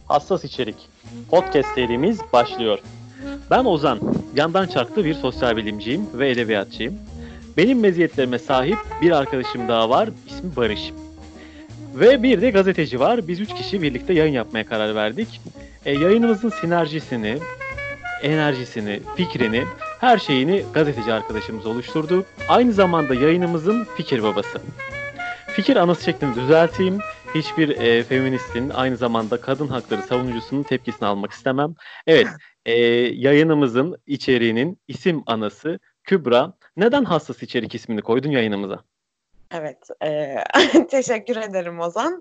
Hassas İçerik podcast serimiz başlıyor. Ben Ozan, yandan çarklı bir sosyal bilimciyim ve edebiyatçıyım. Benim meziyetlerime sahip bir arkadaşım daha var, ismi Barış. Ve bir de gazeteci var. Biz 3 kişi birlikte yayın yapmaya karar verdik. Yayınımızın sinerjisini, enerjisini, fikrini, her şeyini gazeteci arkadaşımız oluşturdu. Aynı zamanda yayınımızın fikir babası. Fikir anası şeklini düzelteyim. Hiçbir feministin, aynı zamanda kadın hakları savunucusunun tepkisini almak istemem. Evet, yayınımızın içeriğinin isim anası Kübra. Neden hassas içerik ismini koydun yayınımıza? Evet, teşekkür ederim Ozan.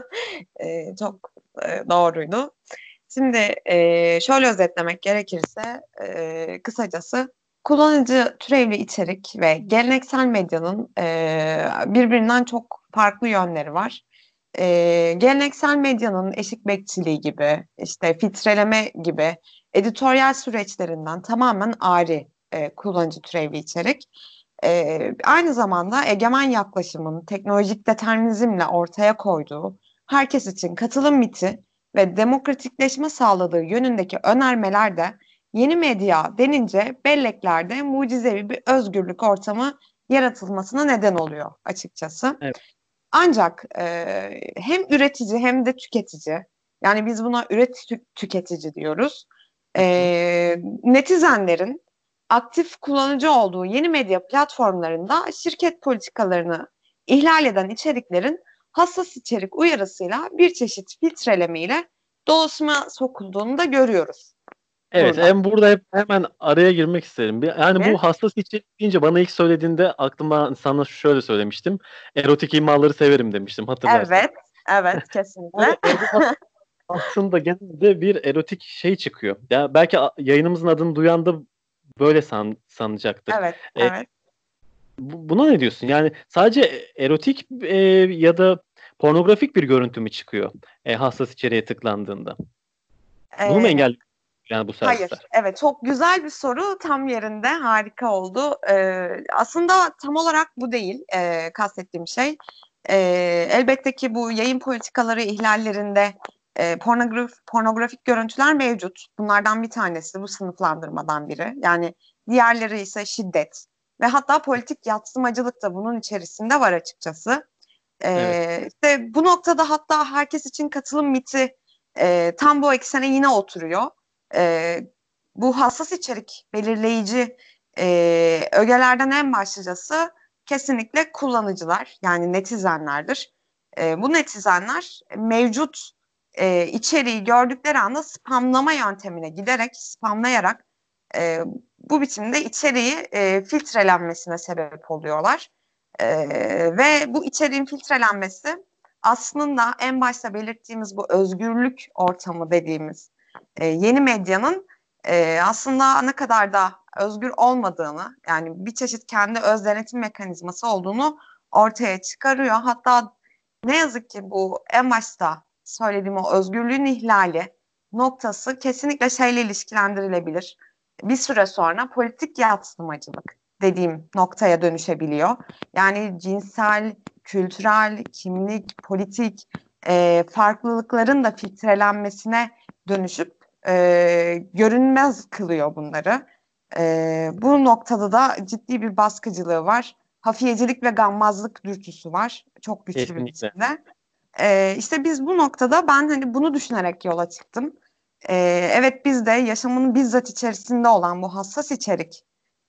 Çok doğruydu. Şimdi şöyle özetlemek gerekirse kısacası kullanıcı türevli içerik ve geleneksel medyanın birbirinden çok farklı yönleri var. Geleneksel medyanın eşik bekçiliği gibi, işte filtreleme gibi editoryal süreçlerinden tamamen ari kullanıcı türevli içerik. Aynı zamanda egemen yaklaşımın teknolojik determinizmle ortaya koyduğu herkes için katılım miti ve demokratikleşme sağladığı yönündeki önermeler de yeni medya denince belleklerde mucizevi bir özgürlük ortamı yaratılmasına neden oluyor açıkçası. Evet. Ancak hem üretici hem de tüketici, yani biz buna tüketici diyoruz, netizenlerin aktif kullanıcı olduğu yeni medya platformlarında şirket politikalarını ihlal eden içeriklerin hassas içerik uyarısıyla bir çeşit filtrelemeyle dolaşıma sokulduğunu da görüyoruz. Evet, Burada. burada hemen araya girmek isterim. Yani Ve bu hassas içerik deyince bana ilk söylediğinde aklıma sana şöyle söylemiştim. Erotik imaları severim demiştim, hatırlarsın. evet kesinlikle. Orada aslında genelde bir erotik şey çıkıyor. Ya belki yayınımızın adını duyan da böyle sanacaktır. Evet. Buna ne diyorsun? Yani sadece erotik ya da pornografik bir görüntü mü çıkıyor hassas içeriğe tıklandığında? Bunu mu Ee, engelliyor yani bu Hayır, servisler? evet, çok güzel bir soru, tam yerinde, harika oldu. Aslında tam olarak bu değil kastettiğim şey. Elbette ki bu yayın politikaları ihlallerinde pornografik görüntüler mevcut. Bunlardan bir tanesi bu sınıflandırmadan biri. Yani diğerleri ise şiddet ve hatta politik yadsımacılık da bunun içerisinde var açıkçası. Evet. İşte bu noktada hatta herkes için katılım miti tam bu eksene yine oturuyor. E, Bu hassas içerik belirleyici ögelerden en başlıcası kesinlikle kullanıcılar, yani netizenlerdir. Bu netizenler mevcut içeriği gördükleri anda spamlama yöntemine giderek, spamlayarak bu biçimde içeriği filtrelenmesine sebep oluyorlar. Ve bu içeriğin filtrelenmesi aslında en başta belirttiğimiz bu özgürlük ortamı dediğimiz yeni medyanın aslında ne kadar da özgür olmadığını, yani bir çeşit kendi öz denetim mekanizması olduğunu ortaya çıkarıyor. Hatta ne yazık ki bu en başta söylediğim o özgürlüğün ihlali noktası kesinlikle şeyle ilişkilendirilebilir. Bir süre sonra politik yadsımacılık dediğim noktaya dönüşebiliyor. Yani cinsel, kültürel, kimlik, politik farklılıkların da filtrelenmesine dönüşüp görünmez kılıyor bunları. Bu noktada da ciddi bir baskıcılığı var. Hafiyecilik ve gammazlık dürtüsü var. Çok güçlü bir Kesinlikle. biçimde. İşte biz bu noktada ben hani bunu düşünerek yola çıktım. Evet, biz de yaşamın bizzat içerisinde olan bu hassas içerik,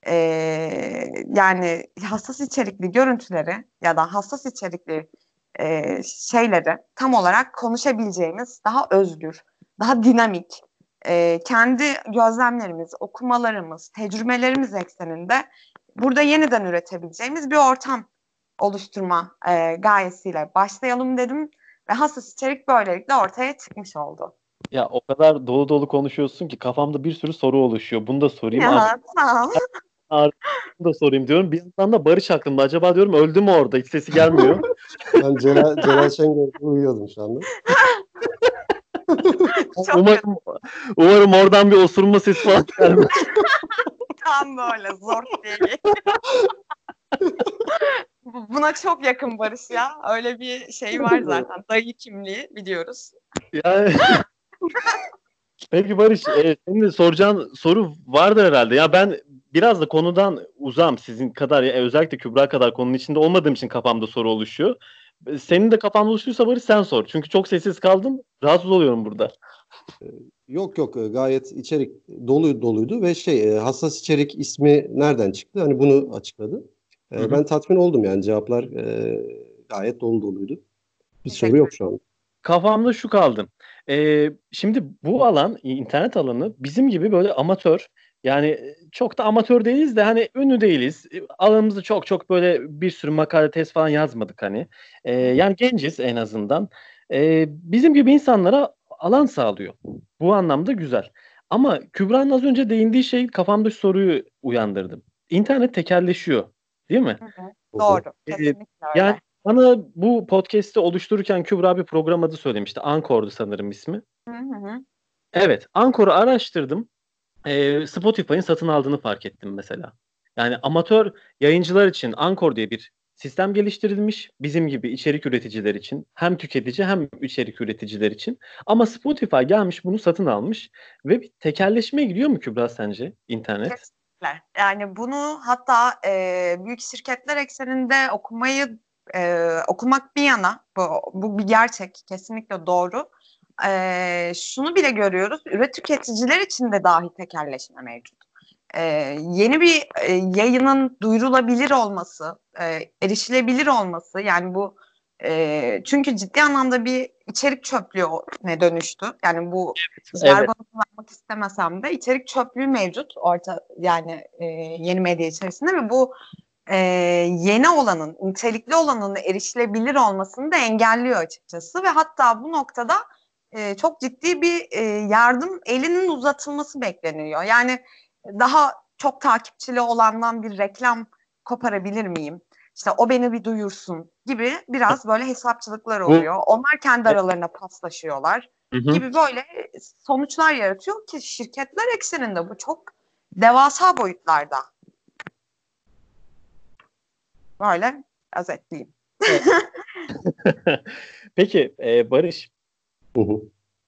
yani hassas içerikli görüntüleri ya da hassas içerikli şeyleri tam olarak konuşabileceğimiz daha özgür, daha dinamik, kendi gözlemlerimiz, okumalarımız, tecrübelerimiz ekseninde burada yeniden üretebileceğimiz bir ortam oluşturma gayesiyle başlayalım dedim ve hassas içerik böylelikle ortaya çıkmış oldu. Ya o kadar dolu dolu konuşuyorsun ki kafamda bir sürü soru oluşuyor. Bunu da sorayım. Ya sağ ol. Bunu da sorayım diyorum. Bir yandan da Barış aklımda. Acaba diyorum öldü mü orada? Hiç sesi gelmiyor. Ben Celal Şengör'de uyuyordum şu anda. Çok kötü. Umarım oradan bir osurma sesi falan gelmez. Tam böyle zor diye. Buna çok yakın Barış ya. Öyle bir şey var zaten. Dayı kimliği biliyoruz. Yani Peki Barış, senin de soracağın soru vardır herhalde. Ya ben biraz da konudan uzağım sizin kadar, ya özellikle Kübra kadar konunun içinde olmadığım için kafamda soru oluşuyor. Senin de kafanda oluştuysa Barış sen sor. Çünkü çok sessiz kaldım. Rahatsız oluyorum burada. Yok yok, gayet içerik doluydu ve hassas içerik ismi nereden çıktı? Hani bunu açıkladı. Hı hı. Ben tatmin oldum, yani cevaplar gayet doluydu. Bir soru Teşekkür yok şu an. Kafamda şu kaldı. Şimdi bu alan, internet alanı bizim gibi böyle amatör, yani çok da amatör değiliz de hani ünlü değiliz. Alanımızda çok çok böyle bir sürü makale, tez falan yazmadık hani. Yani genciz en azından. Bizim gibi insanlara alan sağlıyor. Bu anlamda güzel. Ama Kübra'nın az önce değindiği şey kafamda şu soruyu uyandırdı. İnternet tekelleşiyor, değil mi? Hı hı. Hı hı. Doğru. Ee, Kesinlikle Yani öyle. bana bu podcast'i oluştururken Kübra bir program adı söylemişti. Anchor'du sanırım ismi. Hı hı. Evet, Anchor'u araştırdım. Spotify'ın satın aldığını fark ettim mesela. Yani amatör yayıncılar için Anchor diye bir sistem geliştirilmiş. Bizim gibi içerik üreticiler için. Hem tüketici hem içerik üreticiler için. Ama Spotify gelmiş bunu satın almış. Ve bir tekelleşmeye gidiyor mu Kübra sence internet? Kesinlikle. Yani bunu hatta büyük şirketler ekseninde okumak bir yana, bu bir gerçek, kesinlikle doğru. Şunu bile görüyoruz, tüketiciler için de dahi tekelleşme mevcut. E, Yeni bir yayının duyurulabilir olması, erişilebilir olması, yani bu çünkü ciddi anlamda bir içerik çöplüğüne dönüştü. Yani bu Evet. jargonu kullanmak istemesem de içerik çöplüğü mevcut yani yeni medya içerisinde ve bu e, yeni olanın, nitelikli olanın erişilebilir olmasını da engelliyor açıkçası ve hatta bu noktada çok ciddi bir yardım elinin uzatılması bekleniyor. Yani daha çok takipçili olandan bir reklam koparabilir miyim? İşte o beni bir duyursun gibi biraz böyle hesapçılıklar Bu oluyor. Onlar kendi aralarına paslaşıyorlar Hı hı. gibi böyle sonuçlar yaratıyor ki şirketler ekseninde bu çok devasa boyutlarda. Böyle özetleyeyim. Peki Barış. Hı hı.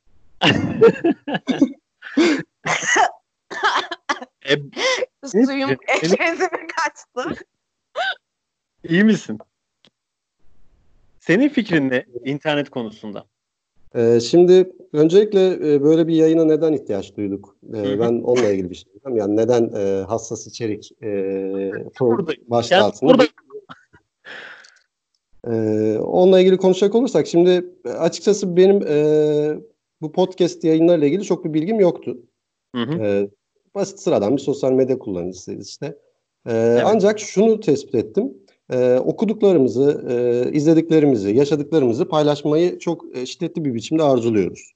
E, Suyum senin kendime kaçtı. iyi misin? Senin fikrin ne internet konusunda? Şimdi öncelikle böyle bir yayına neden ihtiyaç duyduk? Hı hı. Ben onunla ilgili bir şey diyeceğim. Yani neden hassas içerik Burada. başlığı Kendi altında burada. onunla ilgili konuşacak olursak, şimdi açıkçası benim bu podcast yayınlarıyla ilgili çok bir bilgim yoktu. Hı hı. Basit sıradan bir sosyal medya kullanıcısıyız işte. Evet. Ancak şunu tespit ettim. Okuduklarımızı, izlediklerimizi, yaşadıklarımızı paylaşmayı çok şiddetli bir biçimde arzuluyoruz.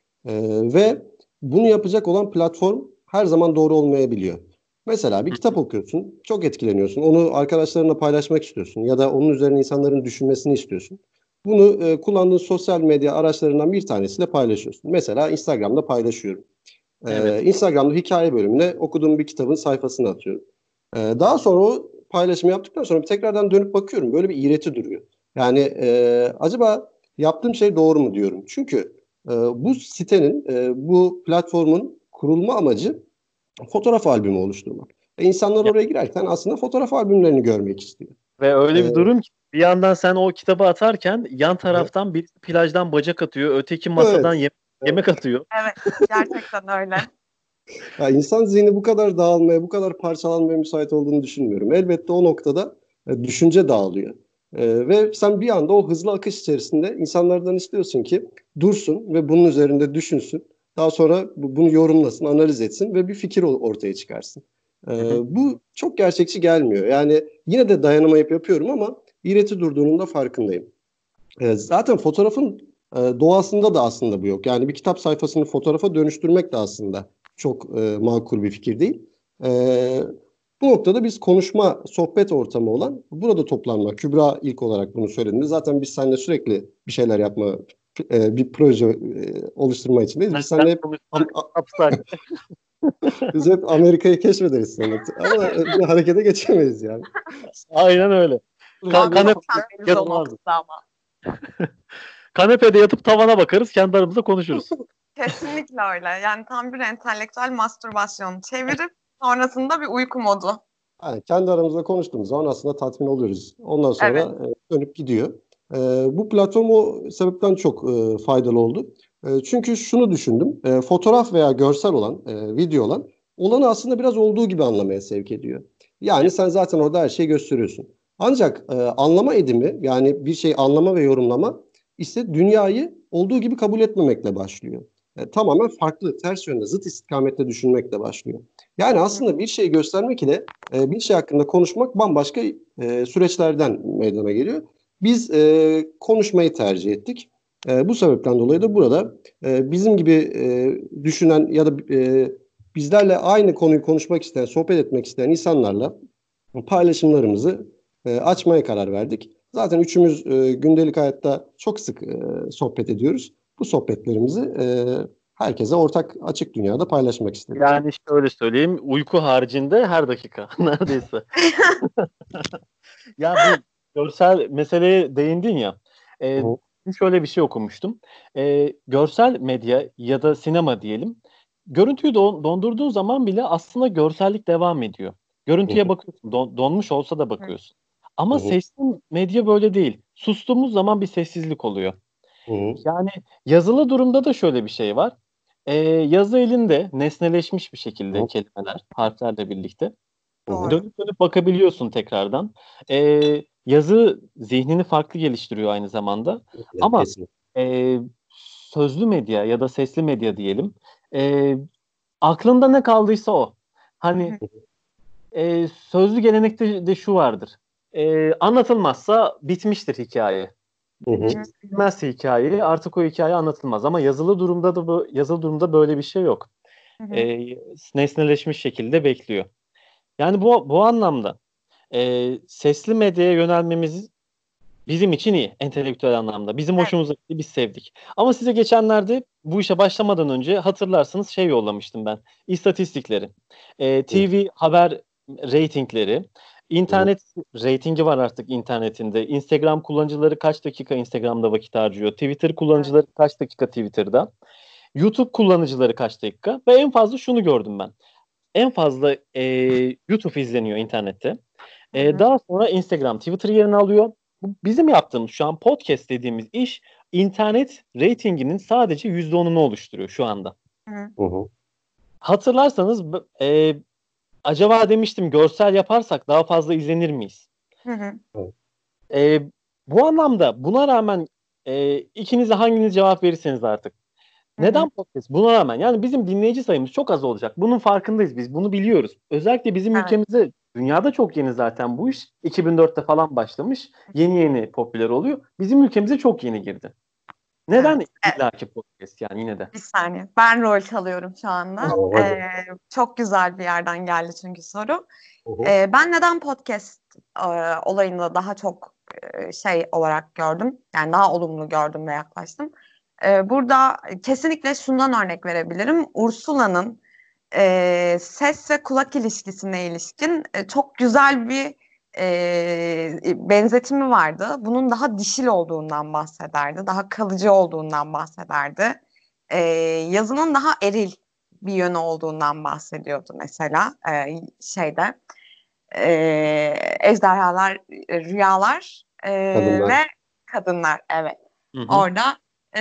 Ve bunu yapacak olan platform her zaman doğru olmayabiliyor. Mesela bir Hı kitap okuyorsun, çok etkileniyorsun. Onu arkadaşlarına paylaşmak istiyorsun ya da onun üzerine insanların düşünmesini istiyorsun. Bunu kullandığın sosyal medya araçlarından bir tanesiyle paylaşıyorsun. Mesela Instagram'da paylaşıyorum. Evet. Instagram'da hikaye bölümüne okuduğum bir kitabın sayfasını atıyorum. Daha sonra o paylaşımı yaptıktan sonra tekrardan dönüp bakıyorum. Böyle bir iğreti duruyor. Yani acaba yaptığım şey doğru mu diyorum. Çünkü bu sitenin, bu platformun kurulma amacı fotoğraf albümü oluşturmak. İnsanlar Ya, oraya girerken aslında fotoğraf albümlerini görmek istiyor. ve öyle E, bir durum ki bir yandan sen o kitabı atarken yan taraftan bir plajdan bacak atıyor, öteki masadan evet. yemek atıyor. Evet, gerçekten öyle. Ya insan zihni bu kadar dağılmaya, bu kadar parçalanmaya müsait olduğunu düşünmüyorum. Elbette o noktada düşünce dağılıyor. Ve sen bir anda o hızlı akış içerisinde insanlardan istiyorsun ki dursun ve bunun üzerinde düşünsün. Daha sonra bunu yorumlasın, analiz etsin ve bir fikir ortaya çıkarsın. Hı hı. Bu çok gerçekçi gelmiyor. Yani yine de dayanamayıp yapıyorum ama iğreti durduğunun da farkındayım. Zaten fotoğrafın doğasında da aslında bu yok. Yani bir kitap sayfasını fotoğrafa dönüştürmek de aslında çok makul bir fikir değil. E, Bu noktada biz konuşma, sohbet ortamı olan burada toplanmak. Kübra ilk olarak bunu söyledi. Zaten biz seninle sürekli bir şeyler yapma, bir proje oluşturma içindeyiz. Biz Sen seninle hep, konuşsak, yapsak. biz hep Amerika'yı keşfederiz seninle. Ama bir harekete geçemeyiz yani. Aynen öyle. Abi Sürekli çok Kanepede tembeliz o yatıp, noktada ama. kanepede yatıp tavana bakarız, kendi aramızda konuşuruz. Kesinlikle öyle. Yani tam bir entelektüel mastürbasyon çevirip sonrasında bir uyku modu. Yani kendi aramızda konuştuğumuz zaman aslında tatmin oluyoruz. Ondan sonra Evet. dönüp gidiyor. Bu platform o sebepten çok faydalı oldu. Çünkü şunu düşündüm. Fotoğraf veya görsel olan, video olan olanı aslında biraz olduğu gibi anlamaya sevk ediyor. Yani sen zaten orada her şeyi gösteriyorsun. Ancak anlama edimi, yani bir şey anlama ve yorumlama ise dünyayı olduğu gibi kabul etmemekle başlıyor. Tamamen farklı, ters yönde, zıt istikamette düşünmekle başlıyor. Yani Hı hı. aslında bir şeyi göstermek ile bir şey hakkında konuşmak bambaşka süreçlerden meydana geliyor. Biz konuşmayı tercih ettik. Bu sebepten dolayı da burada bizim gibi düşünen ya da bizlerle aynı konuyu konuşmak isteyen, sohbet etmek isteyen insanlarla paylaşımlarımızı açmaya karar verdik. Zaten üçümüz gündelik hayatta çok sık sohbet ediyoruz. Bu sohbetlerimizi herkese ortak, açık dünyada paylaşmak istedik. Yani şöyle söyleyeyim, uyku haricinde her dakika neredeyse. Ya bu görsel meseleye değindin ya. Hı E, hı. Şöyle bir şey okumuştum. Görsel medya ya da sinema diyelim. Görüntüyü dondurduğun zaman bile aslında görsellik devam ediyor. Hı Görüntüye bakıyorsun. Donmuş olsa da Hı bakıyorsun. Ama hı. sesli medya böyle değil. Sustuğumuz zaman bir sessizlik oluyor. Hı hı. Yani yazılı durumda da şöyle bir şey var. Yazı elinde nesneleşmiş bir şekilde Hı kelimeler, harflerle birlikte. hı. Doğru. Dönüp dönüp bakabiliyorsun tekrardan. Yazı zihnini farklı geliştiriyor aynı zamanda. Evet, Ama kesinlikle. e, sözlü medya ya da sesli medya diyelim. E, Aklında ne kaldıysa o. Hı Hani hı. sözlü gelenekte de şu vardır. Anlatılmazsa bitmiştir hikaye. Hı Hı hı. hı. Bilmezse hikayeyi artık o hikaye anlatılmaz. Ama yazılı durumda böyle bir şey yok. Hı hı. E, Nesneleşmiş şekilde bekliyor. Yani bu anlamda sesli medyaya yönelmemiz bizim için iyi, entelektüel anlamda. Bizim Evet. hoşumuza gitti, biz sevdik. Ama size geçenlerde bu işe başlamadan önce hatırlarsınız şey yollamıştım ben. İstatistikleri. Hı TV haber reytingleri. hı. İnternet reytingi var artık internetinde. Instagram kullanıcıları kaç dakika Instagram'da vakit harcıyor? Twitter Evet. kullanıcıları kaç dakika Twitter'da? YouTube kullanıcıları kaç dakika? Ve en fazla şunu gördüm ben. En fazla YouTube izleniyor internette. Hı hı. Daha sonra Instagram, Twitter yerini alıyor. Bizim yaptığımız şu an podcast dediğimiz iş internet reytinginin sadece %10'unu oluşturuyor şu anda. Hı hı. Hı hı. Hatırlarsanız acaba demiştim görsel yaparsak daha fazla izlenir miyiz? Hı hı. Evet. E, Bu anlamda buna rağmen ikiniz de hanginiz cevap verirseniz artık. Hı hı. Neden podcast? Buna rağmen yani bizim dinleyici sayımız çok az olacak. Bunun farkındayız biz. Bunu biliyoruz. Özellikle bizim Evet. ülkemizde dünyada çok yeni zaten bu iş. 2004'te falan başlamış. Yeni yeni popüler oluyor. Bizim ülkemize çok yeni girdi. Evet. Neden illaki podcast yani yine de? Bir saniye. Ben rol çalıyorum şu anda. Tamam, hadi. Çok güzel bir yerden geldi çünkü soru. Hı hı. Ben neden podcast olayını daha çok şey olarak gördüm? Yani daha olumlu gördüm ve yaklaştım. Burada kesinlikle şundan örnek verebilirim. Ursula'nın ses ve kulak ilişkisine ilişkin çok güzel bir benzetimi vardı. Bunun daha dişil olduğundan bahsederdi. Daha kalıcı olduğundan bahsederdi. Yazının daha eril bir yönü olduğundan bahsediyordu mesela şeyde. Ejderhalar, rüyalar ve Kadınlar. kadınlar. Evet. Hı hı. Orada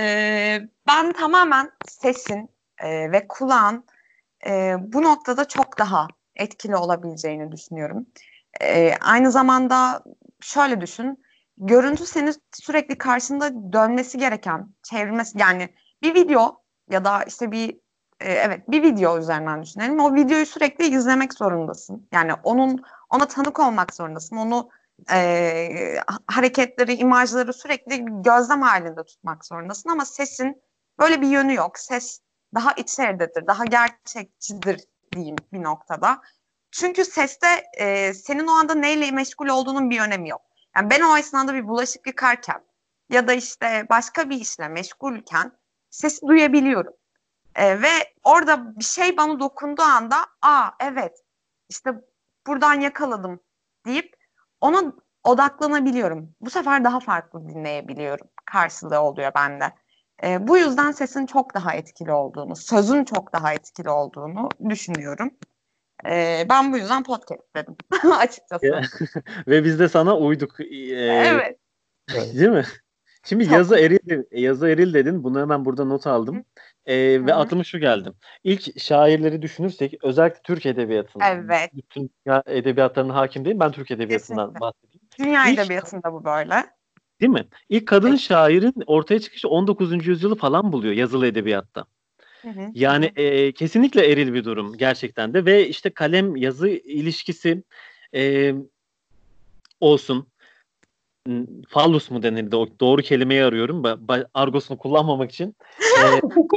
ben tamamen sesin ve kulağın bu noktada çok daha etkili olabileceğini düşünüyorum. Aynı zamanda şöyle düşün, görüntü seni sürekli karşında dönmesi gereken, çevirmesi yani bir video ya da işte evet bir video üzerinden düşünelim. O videoyu sürekli izlemek zorundasın. Yani ona tanık olmak zorundasın. Onu hareketleri, imajları sürekli gözlem halinde tutmak zorundasın ama sesin böyle bir yönü yok. Ses daha içeridedir, daha gerçekçidir diyeyim bir noktada. Çünkü seste senin o anda neyle meşgul olduğunun bir önemi yok. Yani ben o esnada bir bulaşık yıkarken ya da işte başka bir işle meşgulken sesi duyabiliyorum. Ve orada bir şey bana dokunduğu anda evet işte buradan yakaladım deyip ona odaklanabiliyorum. Bu sefer daha farklı dinleyebiliyorum. Karşılığı oluyor bende. Bu yüzden sesin çok daha etkili olduğunu, sözün çok daha etkili olduğunu düşünüyorum. Ben bu yüzden podcast dedim açıkçası. Ve biz de sana uyduk. Evet. Evet. Değil mi? Şimdi Çok. yazı eril dedin. Bunu hemen burada not aldım. Hı Ve hı. aklıma şu geldi. İlk şairleri düşünürsek özellikle Türk edebiyatının, Evet. bütün dünya edebiyatlarına hakim değilim. Ben Türk edebiyatından Kesinlikle. bahsedeyim. Dünya İlk, edebiyatında bu böyle. değil mi? İlk kadın Evet. şairin ortaya çıkışı 19. yüzyılı falan buluyor yazılı edebiyatta. Hı hı. Yani kesinlikle eril bir durum gerçekten de ve işte kalem yazı ilişkisi e, olsun. Fallus mu denirdi? O doğru kelimeyi arıyorum. Argosunu kullanmamak için. E,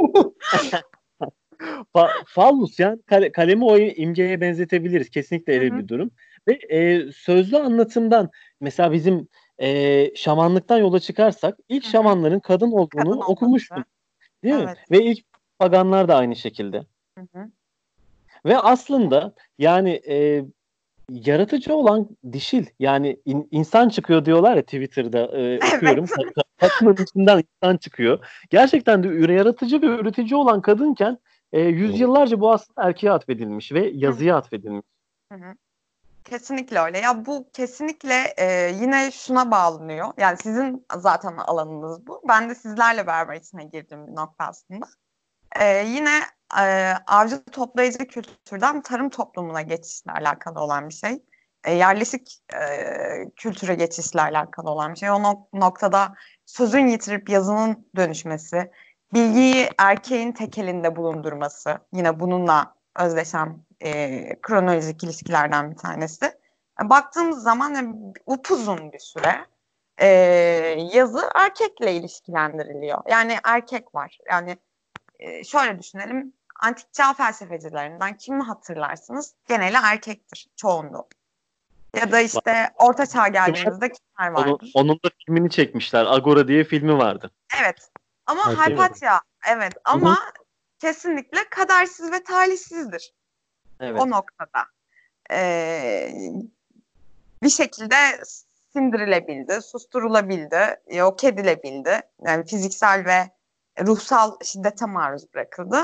Fallus yani kalemi o imgeye benzetebiliriz. Kesinlikle Hı eril hı. bir durum. Ve sözlü anlatımdan mesela bizim şamanlıktan yola çıkarsak ilk Hı hı. şamanların kadın olduğunu Kadın olması. okumuştum. Değil mi? Evet. Ve ilk paganlar da aynı şekilde. Hı hı. Ve aslında yani yaratıcı olan dişil yani insan çıkıyor diyorlar ya Twitter'da Evet. okuyorum. Kadının içinden insan çıkıyor. Gerçekten de yaratıcı ve üretici olan kadınken yüzyıllarca bu aslında erkeğe atfedilmiş ve Hı hı. yazıya atfedilmiş. Hı hı. Kesinlikle öyle. Ya bu kesinlikle yine şuna bağlanıyor. Yani sizin zaten alanınız bu. Ben de sizlerle beraber içine girdiğim bir nokta aslında. Yine avcı toplayıcı kültürden tarım toplumuna geçişle alakalı olan bir şey. Yerleşik kültüre geçişle alakalı olan bir şey. O noktada sözün yitirip yazının dönüşmesi, bilgiyi erkeğin tek elinde bulundurması, yine bununla özdeşen kronolojik ilişkilerden bir tanesi. Baktığımız zaman upuzun bir süre e, yazı erkekle ilişkilendiriliyor. Yani erkek var. Yani şöyle düşünelim. Antik çağ felsefecilerinden kimi hatırlarsınız? Geneli erkektir çoğunluğu. Ya da işte orta çağ geldiğimizde kimler vardır? Onun da filmini çekmişler. Agora diye filmi vardı. Evet. Ama Erkek. Hypatia evet Hı hı. ama kesinlikle kadersiz ve talihsizdir Evet. o noktada. Ee, Bir şekilde sindirilebildi, susturulabildi, yok edilebildi. Yani fiziksel ve ruhsal şiddete maruz bırakıldı.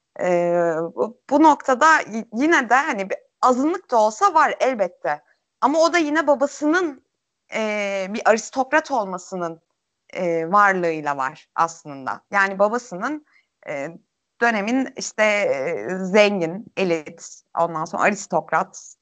Bu noktada yine de hani bir azınlık da olsa var elbette. Ama o da yine babasının bir aristokrat olmasının varlığıyla var aslında. Yani babasının e, dönemin işte zengin, elit, ondan sonra aristokrat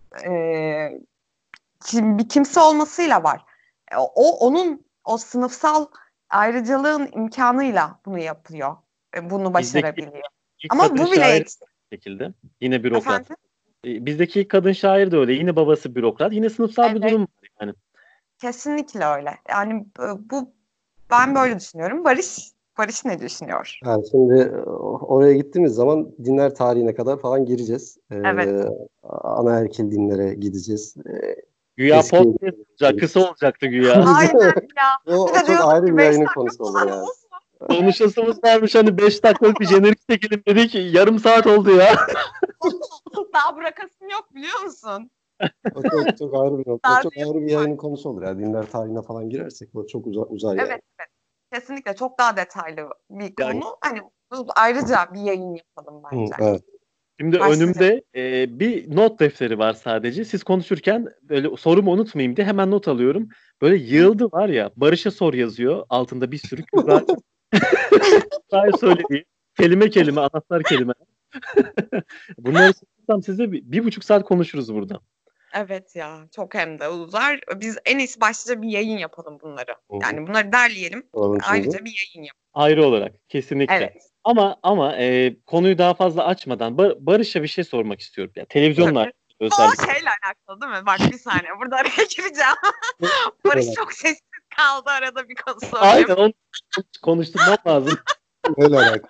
bir kimse olmasıyla var. Onun o sınıfsal ayrıcalığın imkanıyla bunu yapıyor. Bunu Bizdeki başarabiliyor. ilk Ama kadın bu bile şair eksik. bu şekilde. Yine bürokrat. Efendim? Bizdeki ilk kadın şair de öyle. Yine babası bürokrat. Yine sınıfsal bir Evet, durum var yani. kesinlikle öyle. Yani bu ben böyle düşünüyorum. Barış ne düşünüyor? Yani şimdi oraya gittiğimiz zaman dinler tarihine kadar falan gireceğiz. Evet. Anaerkil dinlere gideceğiz. Güya Eski podcast olacak, kısa olacaktı güya. Aynen ya. Bir o de çok diyorduk ayrı ki bir 5 yayının dakika konusu olur falan yani. olsun. Konuşasımız varmış hani 5 dakikalık bir jenerik çekelim dedik. Yarım saat oldu ya. Daha bırakasın yok biliyor musun? O çok çok ayrı bir nokta. O çok ayrı bir Daha yayının konusu olur. Yani dinler tarihine falan girersek o çok uzar yani. evet, evet. Kesinlikle çok daha detaylı bir Yani konu. Hani bu ayrıca bir yayın yapalım Hı, bence. evet. şimdi Başlıca. önümde bir not defteri var sadece. Siz konuşurken böyle sorumu unutmayayım diye hemen not alıyorum. Böyle yığıldı var ya. Barış'a sor yazıyor. Altında bir sürü Kübra'ya söylediği kelime kelime, anahtar kelime. Bunları sorsam size 1,5 saat konuşuruz burada. Evet ya çok hem de uzar. Biz en iyisi başlıca bir yayın yapalım bunları. Hı hı. Yani bunları derleyelim. Alalım şimdi. Ayrıca bir yayın yapalım. Ayrı olarak kesinlikle. Evet. Ama konuyu daha fazla açmadan Barış'a bir şey sormak istiyorum. Ya, televizyonla Tabii. alakalı O özellikle. şeyle alakalı değil mi? Bak bir saniye burada araya gireceğim. Barış Evet. çok sessiz kaldı. Arada bir konu sorayım. Aynen onu konuşturmam lazım. Öyle alakalı.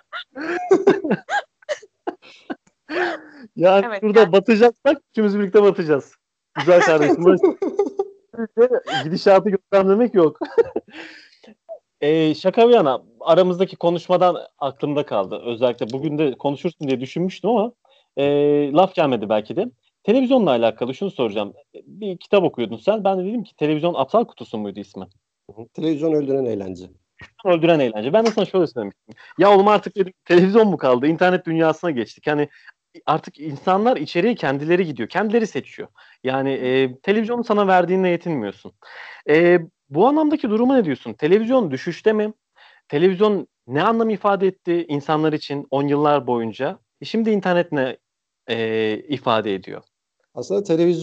Yani Evet burada yani. batacaksak ikimiz birlikte batacağız. Güzel kardeşim. Gidişatı gözlemlemek yok. Şaka bir yana aramızdaki konuşmadan aklımda kaldı. Özellikle bugün de konuşursun diye düşünmüştüm ama laf gelmedi belki de. Televizyonla alakalı şunu soracağım. Bir kitap okuyordun sen. Ben de dedim ki televizyon aptal kutusu muydu ismi? Televizyon öldüren eğlence. öldüren eğlence. Ben de sana şöyle söylemiştim. Ya oğlum artık dedim, televizyon mu kaldı? İnternet dünyasına geçtik. Hani artık insanlar içeriye kendileri gidiyor. Kendileri seçiyor. Yani televizyonu sana verdiğinle yetinmiyorsun. Bu anlamdaki duruma ne diyorsun? Televizyon düşüşte mi? Televizyon ne anlam ifade etti insanlar için 10 yıllar boyunca? Şimdi internet ne ifade ediyor? Aslında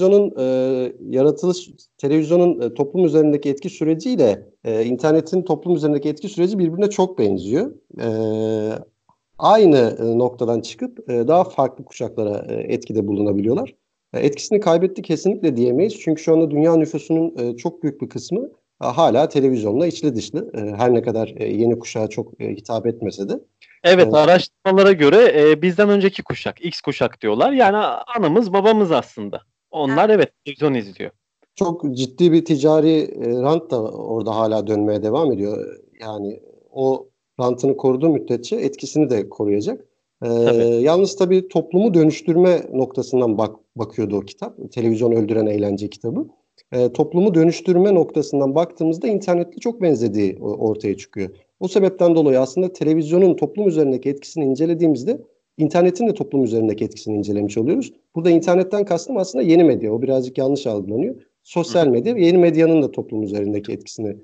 televizyonun toplum üzerindeki etki süreciyle internetin toplum üzerindeki etki süreci birbirine çok benziyor. Aynı noktadan çıkıp daha farklı kuşaklara etkide bulunabiliyorlar. Etkisini kaybetti kesinlikle diyemeyiz. Çünkü şu anda dünya nüfusunun çok büyük bir kısmı hala televizyonla içli dışlı. Her ne kadar yeni kuşağa çok hitap etmese de. Evet, araştırmalara göre bizden önceki kuşak, X kuşak diyorlar. Yani anamız babamız aslında. Onlar evet televizyon izliyor. Çok ciddi bir ticari rant da orada hala dönmeye devam ediyor. Yani o rantını koruduğu müddetçe etkisini de koruyacak. Tabii. Yalnız tabii toplumu dönüştürme noktasından bakıyordu o kitap. Televizyon Öldüren Eğlence kitabı. Toplumu dönüştürme noktasından baktığımızda internetle çok benzediği ortaya çıkıyor. O sebepten dolayı aslında televizyonun toplum üzerindeki etkisini incelediğimizde internetin de toplum üzerindeki etkisini incelemiş oluyoruz. Burada internetten kastım aslında yeni medya. O birazcık yanlış algılanıyor. Sosyal medya ve yeni medyanın da toplum üzerindeki etkisini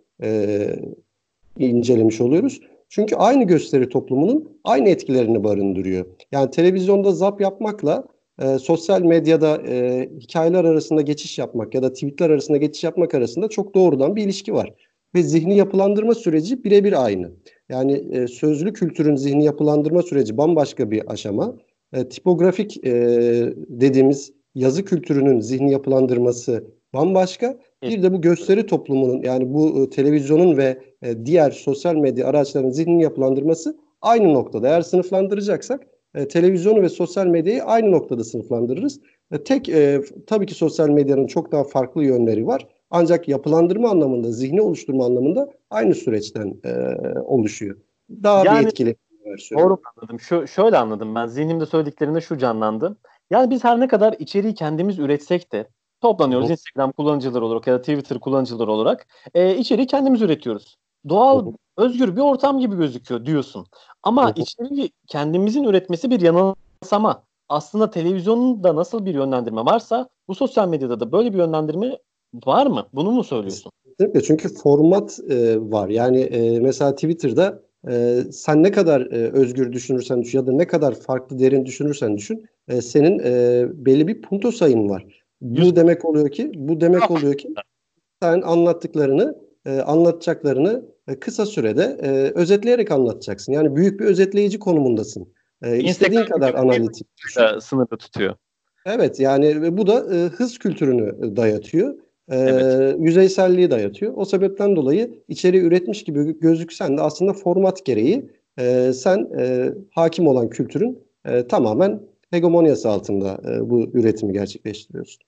incelemiş oluyoruz. Çünkü aynı gösteri toplumunun aynı etkilerini barındırıyor. Yani televizyonda zap yapmakla sosyal medyada hikayeler arasında geçiş yapmak ya da tweetler arasında geçiş yapmak arasında çok doğrudan bir ilişki var. Ve zihni yapılandırma süreci birebir aynı. Yani sözlü kültürün zihni yapılandırma süreci bambaşka bir aşama. Tipografik dediğimiz yazı kültürünün zihni yapılandırması bambaşka. Bir de bu gösteri toplumunun yani bu televizyonun ve diğer sosyal medya araçlarının zihnini yapılandırması aynı noktada. Eğer sınıflandıracaksak televizyonu ve sosyal medyayı aynı noktada sınıflandırırız. Tabii ki sosyal medyanın çok daha farklı yönleri var. Ancak yapılandırma anlamında, zihni oluşturma anlamında aynı süreçten oluşuyor. Daha bir Yani etkili versiyon. doğru anladım. Şöyle anladım ben. Zihnimde söylediklerinde şu canlandı. Yani biz her ne kadar içeriği kendimiz üretsek de toplanıyoruz Hı hı. Instagram kullanıcıları olarak ya da Twitter kullanıcıları olarak içeriği kendimiz üretiyoruz. Hı Doğal, hı. özgür bir ortam gibi gözüküyor diyorsun. Hı Ama hı. içeriği kendimizin üretmesi bir yanılsama. Aslında televizyonda nasıl bir yönlendirme varsa bu sosyal medyada da böyle bir yönlendirme var mı? Bunu mu söylüyorsun? Kesinlikle çünkü format var. Yani mesela Twitter'da sen ne kadar özgür düşünürsen düşün ya da ne kadar farklı derin düşünürsen düşün, senin belli bir punto sayın var. Yüz Bu demek oluyor ki sen anlatacaklarını kısa sürede özetleyerek anlatacaksın. Yani büyük bir özetleyici konumundasın. İstediğin Instagram kadar analitik düşün. sınırda tutuyor. Evet yani bu da hız kültürünü dayatıyor. Evet. Yüzeyselliği dayatıyor. O sebepten dolayı içeriği üretmiş gibi gözüksen de aslında format gereği sen hakim olan kültürün tamamen hegemonyası altında bu üretimi gerçekleştiriyorsun.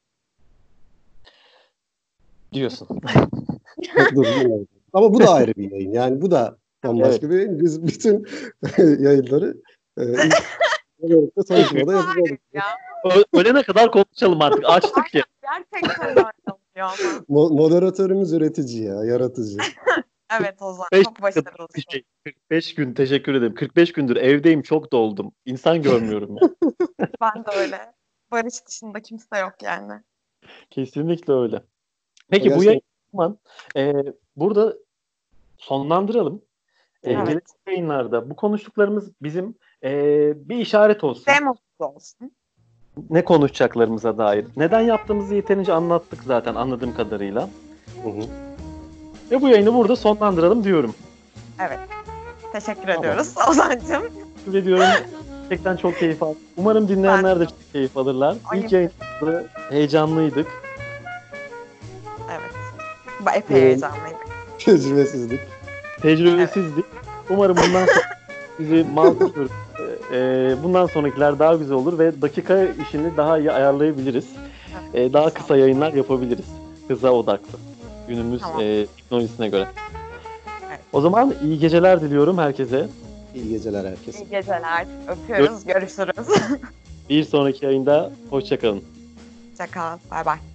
Diyorsun. Dur, bilmiyorum. Ama bu da ayrı bir yayın. Yani bu da bambaşka bir yayın. Biz bütün yayınları ilk sonuçta yapacağız. Ya. Ölene kadar konuşalım artık. Açtık ya. Gerçekten öyle oluyor ama. Moderatörümüz üretici ya, yaratıcı. Evet Ozan, 45 çok başarılısın. 45 gün teşekkür ederim. 45 gündür evdeyim, çok doldum. İnsan görmüyorum ya. Ben de öyle. Barış dışında kimse yok yani. Kesinlikle öyle. Peki bu Gerçekten. yayını o zaman, burada sonlandıralım. Evet. Gelecek yayınlarda bu konuştuklarımız bizim bir işaret olsun. Demos olsun. Ne konuşacaklarımıza dair. Neden yaptığımızı yeterince anlattık zaten anladığım kadarıyla. Hı hı. Ve bu yayını burada sonlandıralım diyorum. Evet. Teşekkür Tamam. ediyoruz Ozan'cığım. Teşekkür ediyorum. Gerçekten çok keyif aldım. Umarım dinleyenler de çok keyif alırlar. Ay. İlk yayında heyecanlıydık. Evet. Epey Evet. heyecanlıydık. Tecrübesizlik. Tecrübesizdik. Umarım bundan sonra bizi makul görür. Bundan sonrakiler daha güzel olur ve dakika işini daha iyi ayarlayabiliriz. Daha kısa yayınlar yapabiliriz. Hıza odaklı. Günümüz Tamam. teknolojisine göre. Evet. O zaman iyi geceler diliyorum herkese. İyi geceler herkese. İyi geceler. Öpüyoruz. Görüşürüz. Bir sonraki yayında hoşça kalın. Hoşça kal. Bay bay.